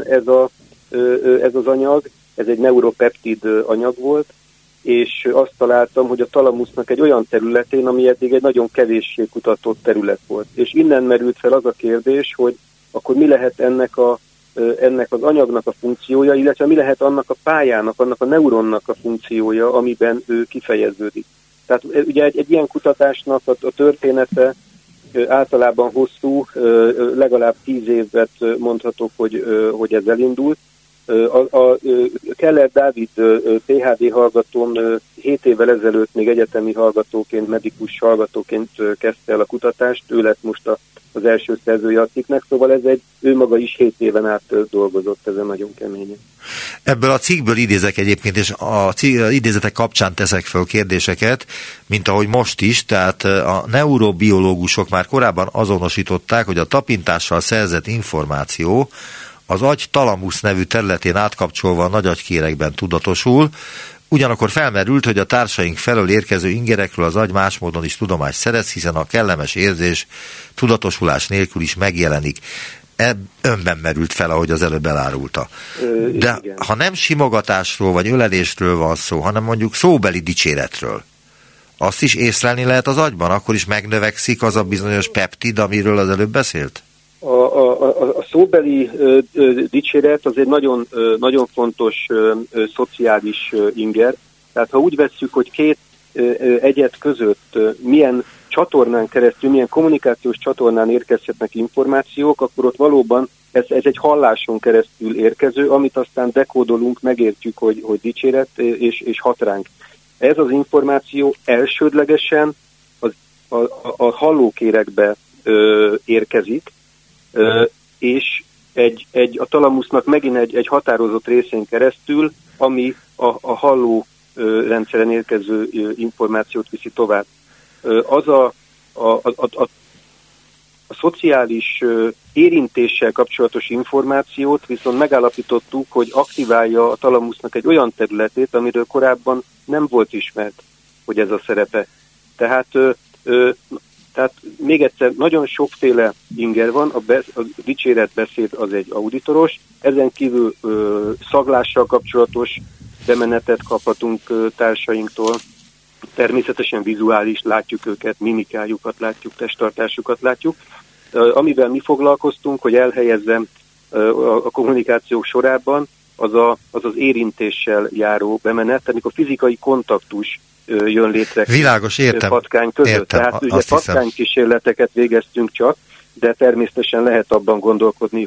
Speaker 5: ez az anyag, ez egy neuropeptid anyag volt, és azt találtam, hogy a talamusznak egy olyan területén, ami eddig egy nagyon kevéssé kutatott terület volt. És innen merült fel az a kérdés, hogy akkor mi lehet ennek az anyagnak a funkciója, illetve mi lehet annak a pályának, annak a neuronnak a funkciója, amiben ő kifejeződik. Tehát ugye egy ilyen kutatásnak a története általában hosszú, legalább 10 évet mondhatok, hogy ez elindult. A Keller Dávid PhD hallgatóm 7 évvel ezelőtt még egyetemi hallgatóként, medikus hallgatóként kezdte el a kutatást, ő lett most az első szerzője a cikknek, szóval ő maga is 7 éven át dolgozott ezen nagyon keményen.
Speaker 4: Ebből a cikkből idézek egyébként, és az idézetek kapcsán teszek föl kérdéseket, mint ahogy most is, tehát a neurobiológusok már korábban azonosították, hogy a tapintással szerzett információ az agy talamusz nevű területén átkapcsolva a nagyagykéregben tudatosul, ugyanakkor felmerült, hogy a társaink felől érkező ingerekről az agy más módon is tudomást szerez, hiszen a kellemes érzés tudatosulás nélkül is megjelenik. Önben merült fel, ahogy az előbb elárulta. De igen. Ha nem simogatásról vagy ölelésről van szó, hanem mondjuk szóbeli dicséretről, azt is észlelni lehet az agyban? Akkor is megnövekszik az a bizonyos peptid, amiről az előbb beszélt?
Speaker 5: A szóbeli dicséret az egy nagyon, nagyon fontos szociális inger. Tehát ha úgy vesszük, hogy két egyed között milyen csatornán keresztül, milyen kommunikációs csatornán érkezhetnek információk, akkor ott valóban ez egy halláson keresztül érkező, amit aztán dekódolunk, megértjük, hogy dicséret, és hat ránk. Ez az információ elsődlegesen a hallókéregbe érkezik, és a talamusznak megint egy határozott részén keresztül, ami a halló rendszeren érkező információt viszi tovább. A szociális érintéssel kapcsolatos információt viszont megállapítottuk, hogy aktiválja a talamusznak egy olyan területét, amiről korábban nem volt ismert, hogy ez a szerepe. Tehát még egyszer, nagyon sokféle inger van, a dicséretbeszéd az egy auditoros, ezen kívül szaglással kapcsolatos bemenetet kaphatunk társainktól, természetesen vizuális, látjuk őket, mimikájukat látjuk, testtartásukat látjuk. Amivel mi foglalkoztunk, hogy elhelyezzem a kommunikációk sorában, az érintéssel járó bemenet, amikor fizikai kontaktus jön létre.
Speaker 4: Világos, értem.
Speaker 5: Patkány között.
Speaker 4: Értem,
Speaker 5: tehát ugye patkánykísérleteket végeztünk csak, de természetesen lehet abban gondolkodni,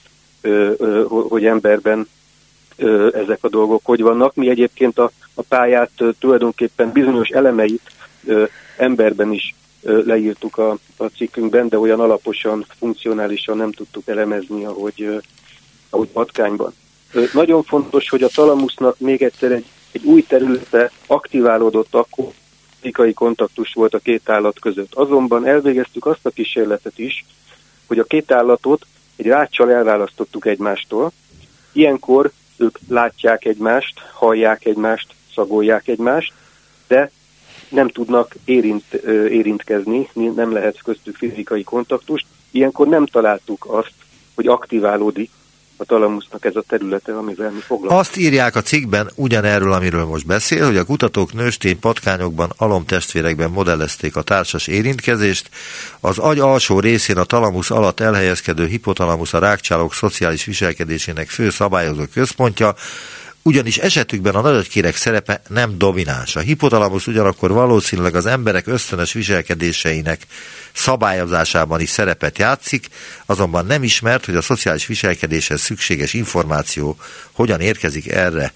Speaker 5: hogy emberben ezek a dolgok hogy vannak. Mi egyébként a pályát tulajdonképpen bizonyos elemeit emberben is leírtuk a cikkünkben, de olyan alaposan, funkcionálisan nem tudtuk elemezni, ahogy patkányban. Nagyon fontos, hogy a talamusznak még egyszer egy új területe aktiválódott akkor, fizikai kontaktus volt a két állat között. Azonban elvégeztük azt a kísérletet is, hogy a két állatot egy ráccsal elválasztottuk egymástól. Ilyenkor ők látják egymást, hallják egymást, szagolják egymást, de nem tudnak érintkezni, nem lehet köztük fizikai kontaktust. Ilyenkor nem találtuk azt, hogy aktiválódik a talamusznak ez a területe, amivel mi foglalkozunk.
Speaker 4: Azt írják a cikkben ugyanerről, amiről most beszél, hogy a kutatók nőstény patkányokban, alomtestvérekben modellezték a társas érintkezést. Az agy alsó részén a talamusz alatt elhelyezkedő hipotalamusz a rágcsálók szociális viselkedésének fő szabályozó központja, ugyanis esetükben a nagyagykéreg szerepe nem domináns. A hipotalamusz ugyanakkor valószínűleg az emberek ösztönös viselkedéseinek szabályozásában is szerepet játszik, azonban nem ismert, hogy a szociális viselkedéshez szükséges információ hogyan érkezik erre.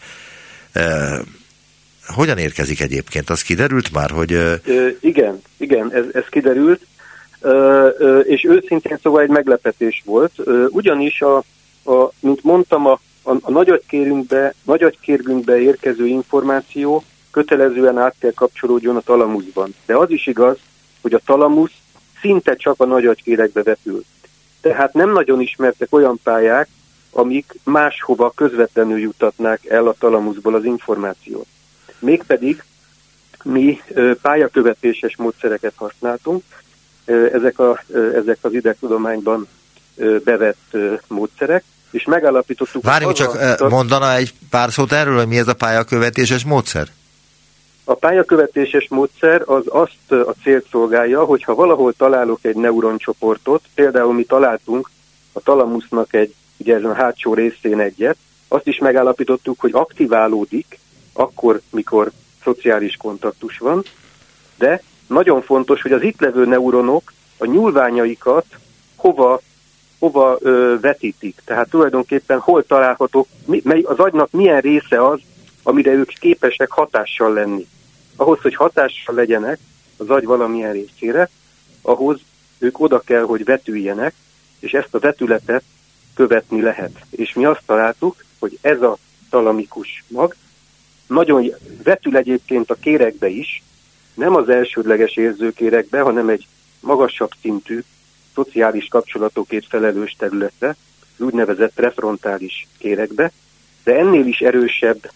Speaker 4: Hogyan érkezik egyébként? Az kiderült már, hogy...
Speaker 5: Igen, ez kiderült. És őszintén szóval egy meglepetés volt, ugyanis mint mondtam, a nagyagykérgünkbe érkező információ kötelezően át kell kapcsolódjon a talamuszban. De az is igaz, hogy a talamusz szinte csak a nagyagykérekbe vetül. Tehát nem nagyon ismertek olyan pályák, amik máshova közvetlenül juttatnák el a talamuszból az információt. Mégpedig mi pályakövetéses módszereket használtunk, ezek az idegtudományban bevett módszerek, és megállapítottuk...
Speaker 4: Várjunk, csak mondana egy pár szót erről, hogy mi ez a pályakövetéses módszer?
Speaker 5: A pályakövetéses módszer az azt a célt szolgálja, hogyha valahol találok egy neuroncsoportot, például mi találtunk a talamusznak ugye ezen a hátsó részén egyet, azt is megállapítottuk, hogy aktiválódik akkor, mikor szociális kontaktus van, de nagyon fontos, hogy az itt levő neuronok a nyúlványaikat hova vetítik. Tehát tulajdonképpen hol találhatók, az agynak milyen része az, amire ők képesek hatással lenni. Ahhoz, hogy hatással legyenek az agy valamilyen részére, ahhoz ők oda kell, hogy vetüljenek, és ezt a vetületet követni lehet. És mi azt találtuk, hogy ez a talamikus mag nagyon vetül egyébként a kérekbe is, nem az elsődleges érzőkérekbe, hanem egy magasabb szintű szociális kapcsolatokért felelős területre, az úgynevezett prefrontális kérekbe, de ennél is erősebb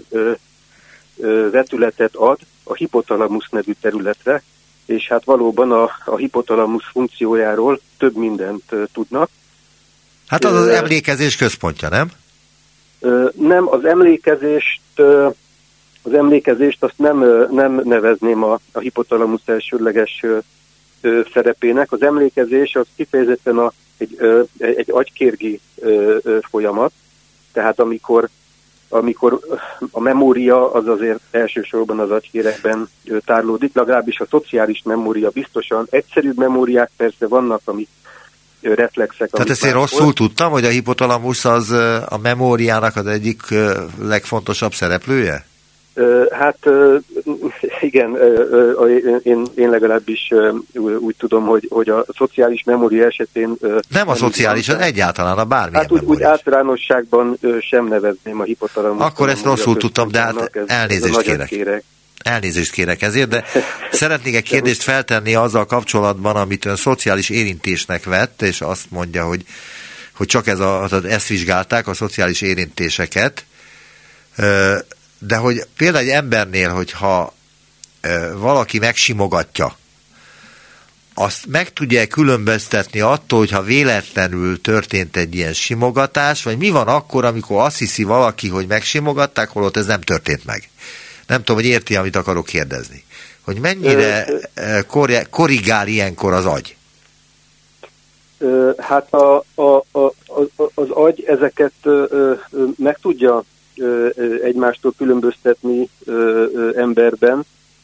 Speaker 5: vetületet ad a hipotalamusz nevű területre, és hát valóban a hipotalamusz funkciójáról több mindent tudnak.
Speaker 4: Hát az emlékezés központja, nem?
Speaker 5: Nem, az emlékezést azt nem nevezném a hipotalamusz elsődleges szerepének. Az emlékezés az kifejezetten egy agykérgi folyamat, tehát amikor a memória az azért elsősorban az agykérekben tárlódik, legalábbis a szociális memória biztosan. Egyszerűbb memóriák persze vannak, amik reflexek.
Speaker 4: Tehát ezt én rosszul tudtam, hogy a hipotalamusz az a memóriának az egyik legfontosabb szereplője?
Speaker 5: Hát igen, én legalábbis úgy tudom, hogy a szociális memória esetén...
Speaker 4: Nem a szociális, az egyáltalán a bármilyen
Speaker 5: hát úgy általánosságban sem nevezném a hipotalamus.
Speaker 4: Akkor ezt rosszul tudtam, de hát elnézést kérek. Elnézést kérek ezért, de szeretnék egy kérdést feltenni azzal kapcsolatban, amit ön szociális érintésnek vett, és azt mondja, hogy csak ezt vizsgálták, a szociális érintéseket, de hogy például egy embernél, hogyha valaki megsimogatja, azt meg tudja különböztetni attól, hogyha véletlenül történt egy ilyen simogatás, vagy mi van akkor, amikor azt hiszi valaki, hogy megsimogatták, holott ez nem történt meg. Nem tudom, hogy érti, amit akarok kérdezni. Hogy mennyire korrigál ilyenkor az agy?
Speaker 5: Hát az agy ezeket meg tudja egymástól különböztetni emberben.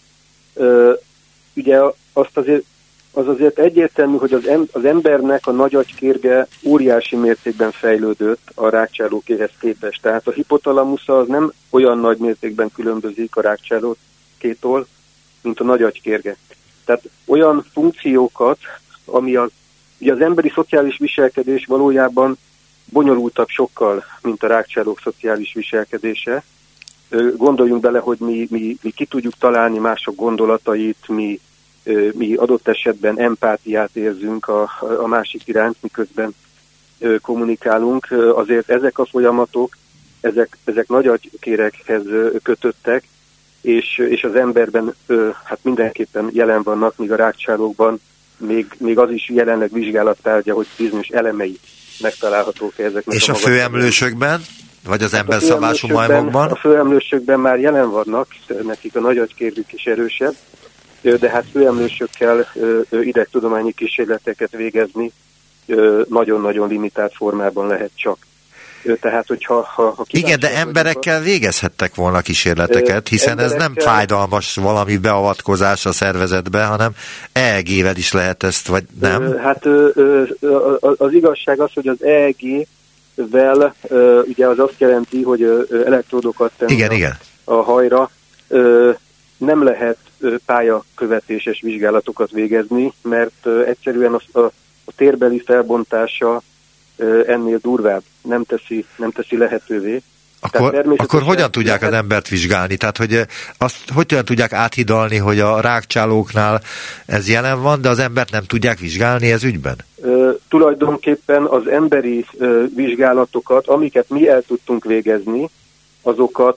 Speaker 5: Ugye az azért egyértelmű, hogy az embernek a nagy agykérge óriási mértékben fejlődött a rákcsálókéhez képest. Tehát a hipotalamusza az nem olyan nagy mértékben különbözik a rákcsálókétól, mint a nagy agykérge. Tehát olyan funkciókat, ami ugye az emberi szociális viselkedés valójában bonyolultabb sokkal, mint a rákcsálók szociális viselkedése. Gondoljunk bele, hogy mi ki tudjuk találni mások gondolatait, mi adott esetben empátiát érzünk a másik iránt, miközben kommunikálunk. Azért ezek a folyamatok, ezek nagy agykérekhez kötöttek, és az emberben hát mindenképpen jelen vannak, míg a rákcsálókban még az is jelenleg vizsgálattárgya, hogy bizonyos elemei megtalálhatók ezeknek.
Speaker 4: És a főemlősökben? Vagy az emberszabású majmokban?
Speaker 5: A főemlősökben már jelen vannak, nekik a nagy agykérgük is erősebb, de hát főemlősökkel idegtudományi kísérleteket végezni nagyon-nagyon limitált formában lehet csak. Tehát, hogyha
Speaker 4: igen, de emberekkel végezhettek volna kísérleteket, hiszen ez nem fájdalmas valami beavatkozás a szervezetbe, hanem EEG-vel is lehet ezt, vagy nem?
Speaker 5: Hát az igazság az, hogy az EEG-vel ugye az azt jelenti, hogy elektródokat tenni
Speaker 4: igen.
Speaker 5: a hajra. nem lehet pályakövetéses vizsgálatokat végezni, mert egyszerűen a térbeli felbontása ennél durvább, nem teszi lehetővé.
Speaker 4: Akkor hogyan tudják az embert vizsgálni? Tehát, hogy azt hogyan tudják áthidalni, hogy a rákcsálóknál ez jelen van, de az embert nem tudják vizsgálni ez ügyben?
Speaker 5: Tulajdonképpen az emberi vizsgálatokat, amiket mi el tudtunk végezni, azokat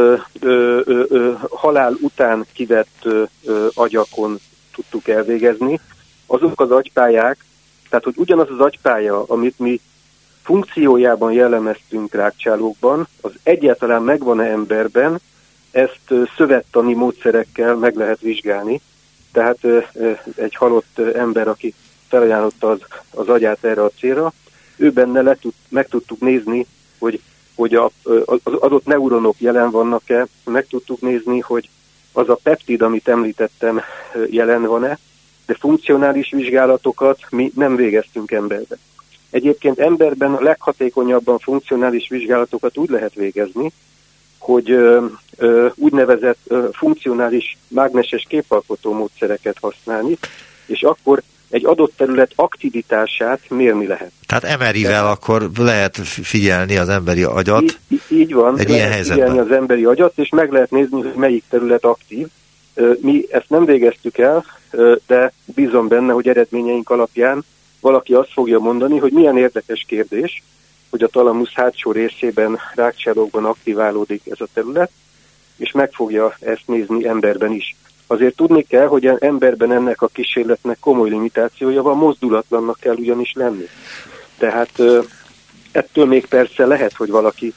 Speaker 5: halál után kivett agyakon tudtuk elvégezni. Azok az agypályák, tehát hogy ugyanaz az agypálya, amit mi funkciójában jellemeztünk rákcsálókban, az egyáltalán megvan-e emberben, ezt szövettani módszerekkel meg lehet vizsgálni. Tehát egy halott ember, aki felajánlotta az agyát erre a célra, ő benne meg tudtuk nézni, hogy az adott neuronok jelen vannak-e, meg tudtuk nézni, hogy az a peptid, amit említettem, jelen van-e, de funkcionális vizsgálatokat mi nem végeztünk emberben. Egyébként emberben a leghatékonyabban funkcionális vizsgálatokat úgy lehet végezni, hogy úgynevezett funkcionális mágneses képalkotó módszereket használni, és akkor egy adott terület aktivitását mérni lehet.
Speaker 4: Tehát MRI-vel akkor lehet figyelni az emberi agyat.
Speaker 5: Így van,
Speaker 4: egy ilyen helyzetben.
Speaker 5: Figyelni az emberi agyat, és meg lehet nézni, hogy melyik terület aktív. Mi ezt nem végeztük el, de bízom benne, hogy eredményeink alapján valaki azt fogja mondani, hogy milyen érdekes kérdés, hogy a talamusz hátsó részében, rákcsálókban aktiválódik ez a terület, és meg fogja ezt nézni emberben is. Azért tudni kell, hogy emberben ennek a kísérletnek komoly limitációja van, mozdulatlannak kell ugyanis lenni. Tehát ettől még persze lehet, hogy valaki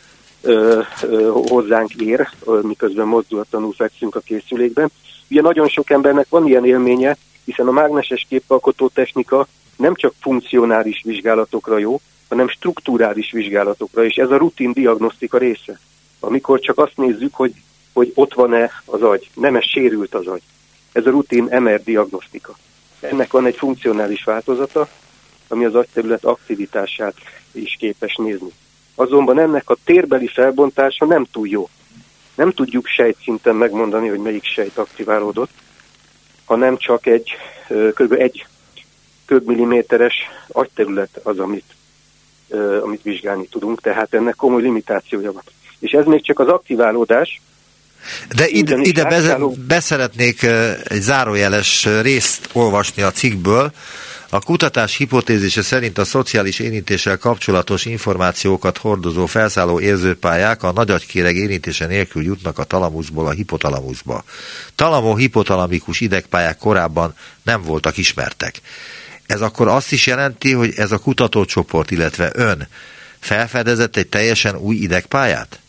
Speaker 5: hozzánk ér, miközben mozdulatlanul fekszünk a készülékben. Ugye nagyon sok embernek van ilyen élménye, hiszen a mágneses képalkotó technika nem csak funkcionális vizsgálatokra jó, hanem strukturális vizsgálatokra, és ez a rutin diagnosztika része. Amikor csak azt nézzük, hogy ott van-e az agy, nem-e sérült az agy. Ez a rutin MR diagnosztika. Ennek van egy funkcionális változata, ami az agyterület aktivitását is képes nézni. Azonban ennek a térbeli felbontása nem túl jó. Nem tudjuk sejtszinten megmondani, hogy melyik sejt aktiválódott, hanem csak kb. egy köbmilliméteres agyterület az, amit vizsgálni tudunk, tehát ennek komoly limitációja van. És ez még csak az aktiválódás.
Speaker 4: De ide beszeretnék egy zárójeles részt olvasni a cikkből. A kutatás hipotézise szerint a szociális érintéssel kapcsolatos információkat hordozó felszálló érzőpályák a nagyagykéreg érintése nélkül jutnak a talamuszból a hipotalamuszba. Talamo-hipotalamikus idegpályák korábban nem voltak ismertek. Ez akkor azt is jelenti, hogy ez a kutatócsoport, illetve ön felfedezett egy teljesen új idegpályát?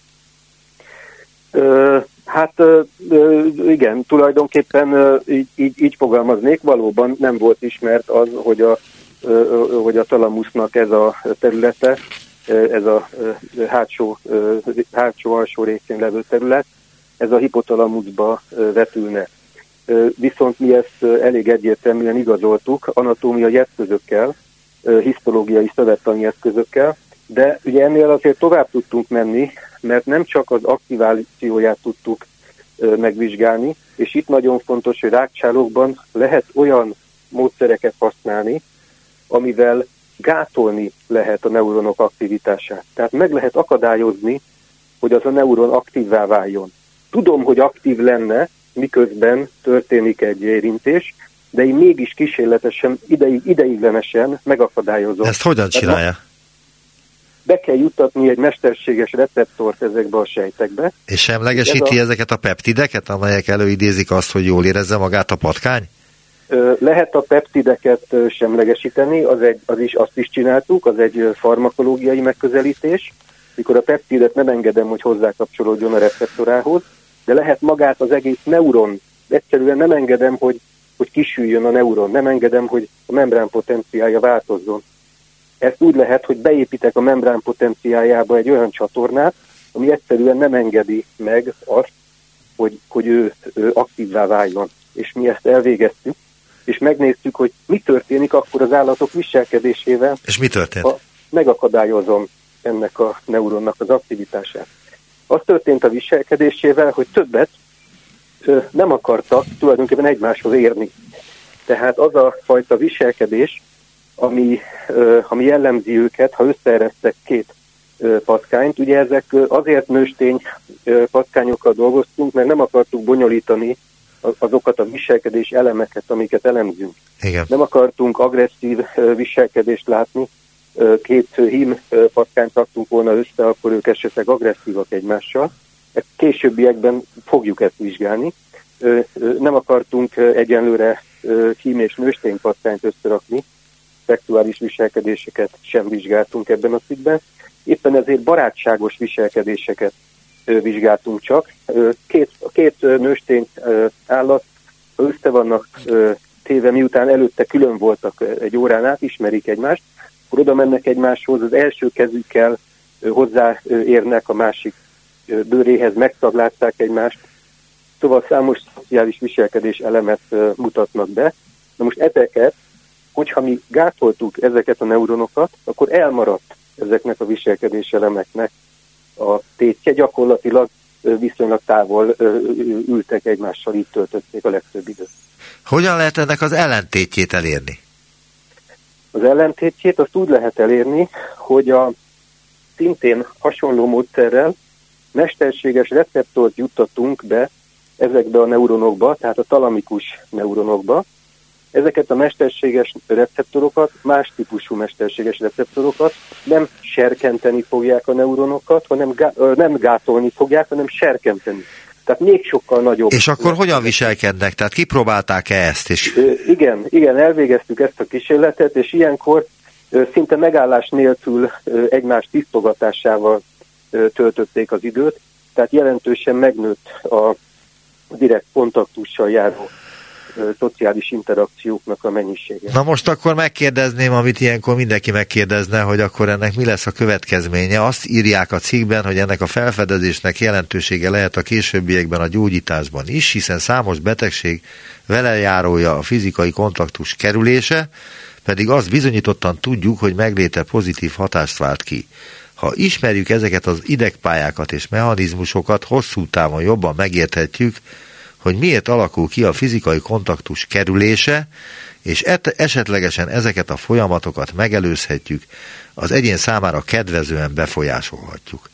Speaker 5: Igen, tulajdonképpen így fogalmaznék, valóban nem volt ismert az, hogy a talamusznak ez a területe, ez a hátsó alsó részén levő terület, ez a hipotalamuszba vetülne. Viszont mi ezt elég egyértelműen igazoltuk anatómiai eszközökkel, hisztológiai szövettani eszközökkel, de ugye ennél azért tovább tudtunk menni, mert nem csak az aktivációját tudtuk megvizsgálni, és itt nagyon fontos, hogy rákcsálókban lehet olyan módszereket használni, amivel gátolni lehet a neuronok aktivitását. Tehát meg lehet akadályozni, hogy az a neuron aktívvá váljon. Tudom, hogy aktív lenne, miközben történik egy érintés, de én mégis kísérletesen, ideiglenesen megakadályozom.
Speaker 4: Ezt hogyan csinálja?
Speaker 5: Be kell juttatni egy mesterséges receptort ezekbe a sejtekbe.
Speaker 4: És semlegesíti ezeket a peptideket, amelyek előidézik azt, hogy jól érezze magát a patkány?
Speaker 5: Lehet a peptideket semlegesíteni, azt is csináltuk, az egy farmakológiai megközelítés, mikor a peptidet nem engedem, hogy hozzákapcsolódjon a receptorához, de lehet magát az egész neuron, egyszerűen nem engedem, hogy kisüljön a neuron, nem engedem, hogy a membrán potenciálja változzon. Ezt úgy lehet, hogy beépítek a membrán potenciáljába egy olyan csatornát, ami egyszerűen nem engedi meg azt, hogy ő aktívvá váljon. És mi ezt elvégeztük, és megnéztük, hogy mi történik akkor az állatok viselkedésével.
Speaker 4: És mi történt?
Speaker 5: Ha megakadályozom ennek a neuronnak az aktivitását. Az történt a viselkedésével, hogy többet nem akartak tulajdonképpen egymáshoz érni. Tehát az a fajta viselkedés, ami jellemzi őket, ha összeeresztek két patkányt, ugye ezek azért nőstény patkányokkal dolgoztunk, mert nem akartuk bonyolítani azokat a viselkedés elemeket, amiket elemzünk.
Speaker 4: Igen.
Speaker 5: Nem akartunk agresszív viselkedést látni, két hím patkányt raktunk volna össze, akkor ők esetleg agresszívak egymással. Későbbiekben fogjuk ezt vizsgálni. Nem akartunk egyenlőre hím és nőstény patkányt összerakni, szexuális viselkedéseket sem vizsgáltunk ebben a cikkben. Éppen ezért barátságos viselkedéseket vizsgáltunk csak. Két nőstény állat össze vannak téve, miután előtte külön voltak egy órán át, ismerik egymást, akkor oda mennek egymáshoz, az első kezükkel hozzáérnek a másik bőréhez, megtaglázták egymást, szóval számos szociális viselkedés elemet mutatnak be. Na most ezeket, hogyha mi gátoltuk ezeket a neuronokat, akkor elmaradt ezeknek a viselkedés elemeknek a tétje, gyakorlatilag viszonylag távol ültek egymással, így töltötték a legtöbb időt.
Speaker 4: Hogyan lehet ennek az ellentétjét elérni?
Speaker 5: Az ellentétjét azt úgy lehet elérni, hogy szintén hasonló módszerrel mesterséges receptort juttatunk be ezekbe a neuronokba, tehát a talamikus neuronokba. Ezeket a mesterséges receptorokat, más típusú mesterséges receptorokat nem serkenteni fogják a neuronokat, hanem nem gátolni fogják, hanem serkenteni. Tehát még sokkal nagyobb.
Speaker 4: És akkor hogyan viselkednek? Tehát kipróbálták-e ezt is?
Speaker 5: Igen, elvégeztük ezt a kísérletet, és ilyenkor szinte megállás nélkül egymás tisztogatásával töltötték az időt, tehát jelentősen megnőtt a direkt kontaktussal járó szociális interakcióknak a mennyisége.
Speaker 4: Na most akkor megkérdezném, amit ilyenkor mindenki megkérdezne, hogy akkor ennek mi lesz a következménye. Azt írják a cikkben, hogy ennek a felfedezésnek jelentősége lehet a későbbiekben a gyógyításban is, hiszen számos betegség velejárója a fizikai kontaktus kerülése, pedig azt bizonyítottan tudjuk, hogy megléte pozitív hatást vált ki. Ha ismerjük ezeket az idegpályákat és mechanizmusokat, hosszú távon jobban megérthetjük, hogy miért alakul ki a fizikai kontaktus kerülése, és esetlegesen ezeket a folyamatokat megelőzhetjük, az egyén számára kedvezően befolyásolhatjuk.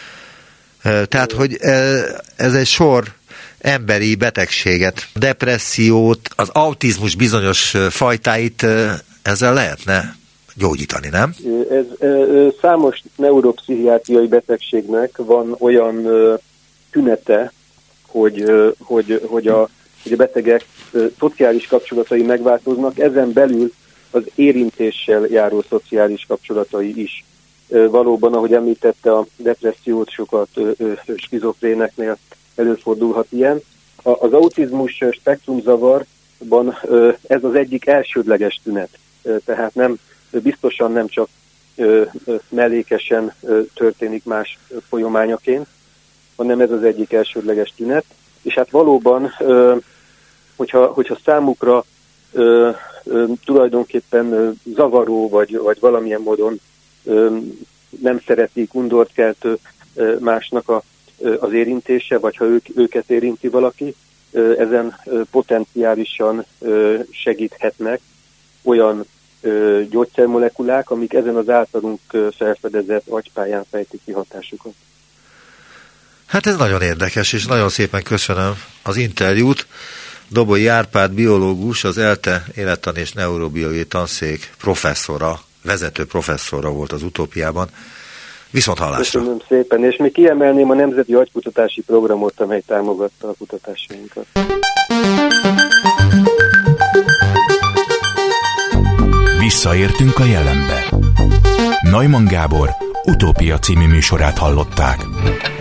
Speaker 4: Tehát, hogy ez egy sor emberi betegséget, depressziót, az autizmus bizonyos fajtáit ezzel lehetne gyógyítani, nem?
Speaker 5: Számos neuropszichiátriai betegségnek van olyan tünete, hogy a betegek szociális kapcsolatai megváltoznak, ezen belül az érintéssel járó szociális kapcsolatai is. Valóban, ahogy említette, a depressziót sokat skizofréneknél előfordulhat ilyen. Az autizmus spektrumzavarban ez az egyik elsődleges tünet, tehát biztosan nem csak mellékesen történik más folyamányaként, hanem ez az egyik elsődleges tünet. És hát valóban, hogyha számukra tulajdonképpen zavaró, vagy valamilyen módon nem szeretik, undort keltő másnak az érintése, vagy ha őket érinti valaki, ezen potenciálisan segíthetnek olyan gyógyszermolekulák, amik ezen az általunk felfedezett agypályán fejtik ki hatásukat.
Speaker 4: Hát ez nagyon érdekes, és nagyon szépen köszönöm az interjút. Doboly Árpád biológus, az ELTE élettan és neurobiológiai tanszék professzora, vezető professzora volt az Utópiában. Viszont hallásra.
Speaker 5: Köszönöm szépen, és még kiemelném a Nemzeti Agykutatási Programot, amely támogatta a kutatásainkat.
Speaker 1: Visszaértünk a jelenbe. Neumann Gábor Utópia című műsorát hallották.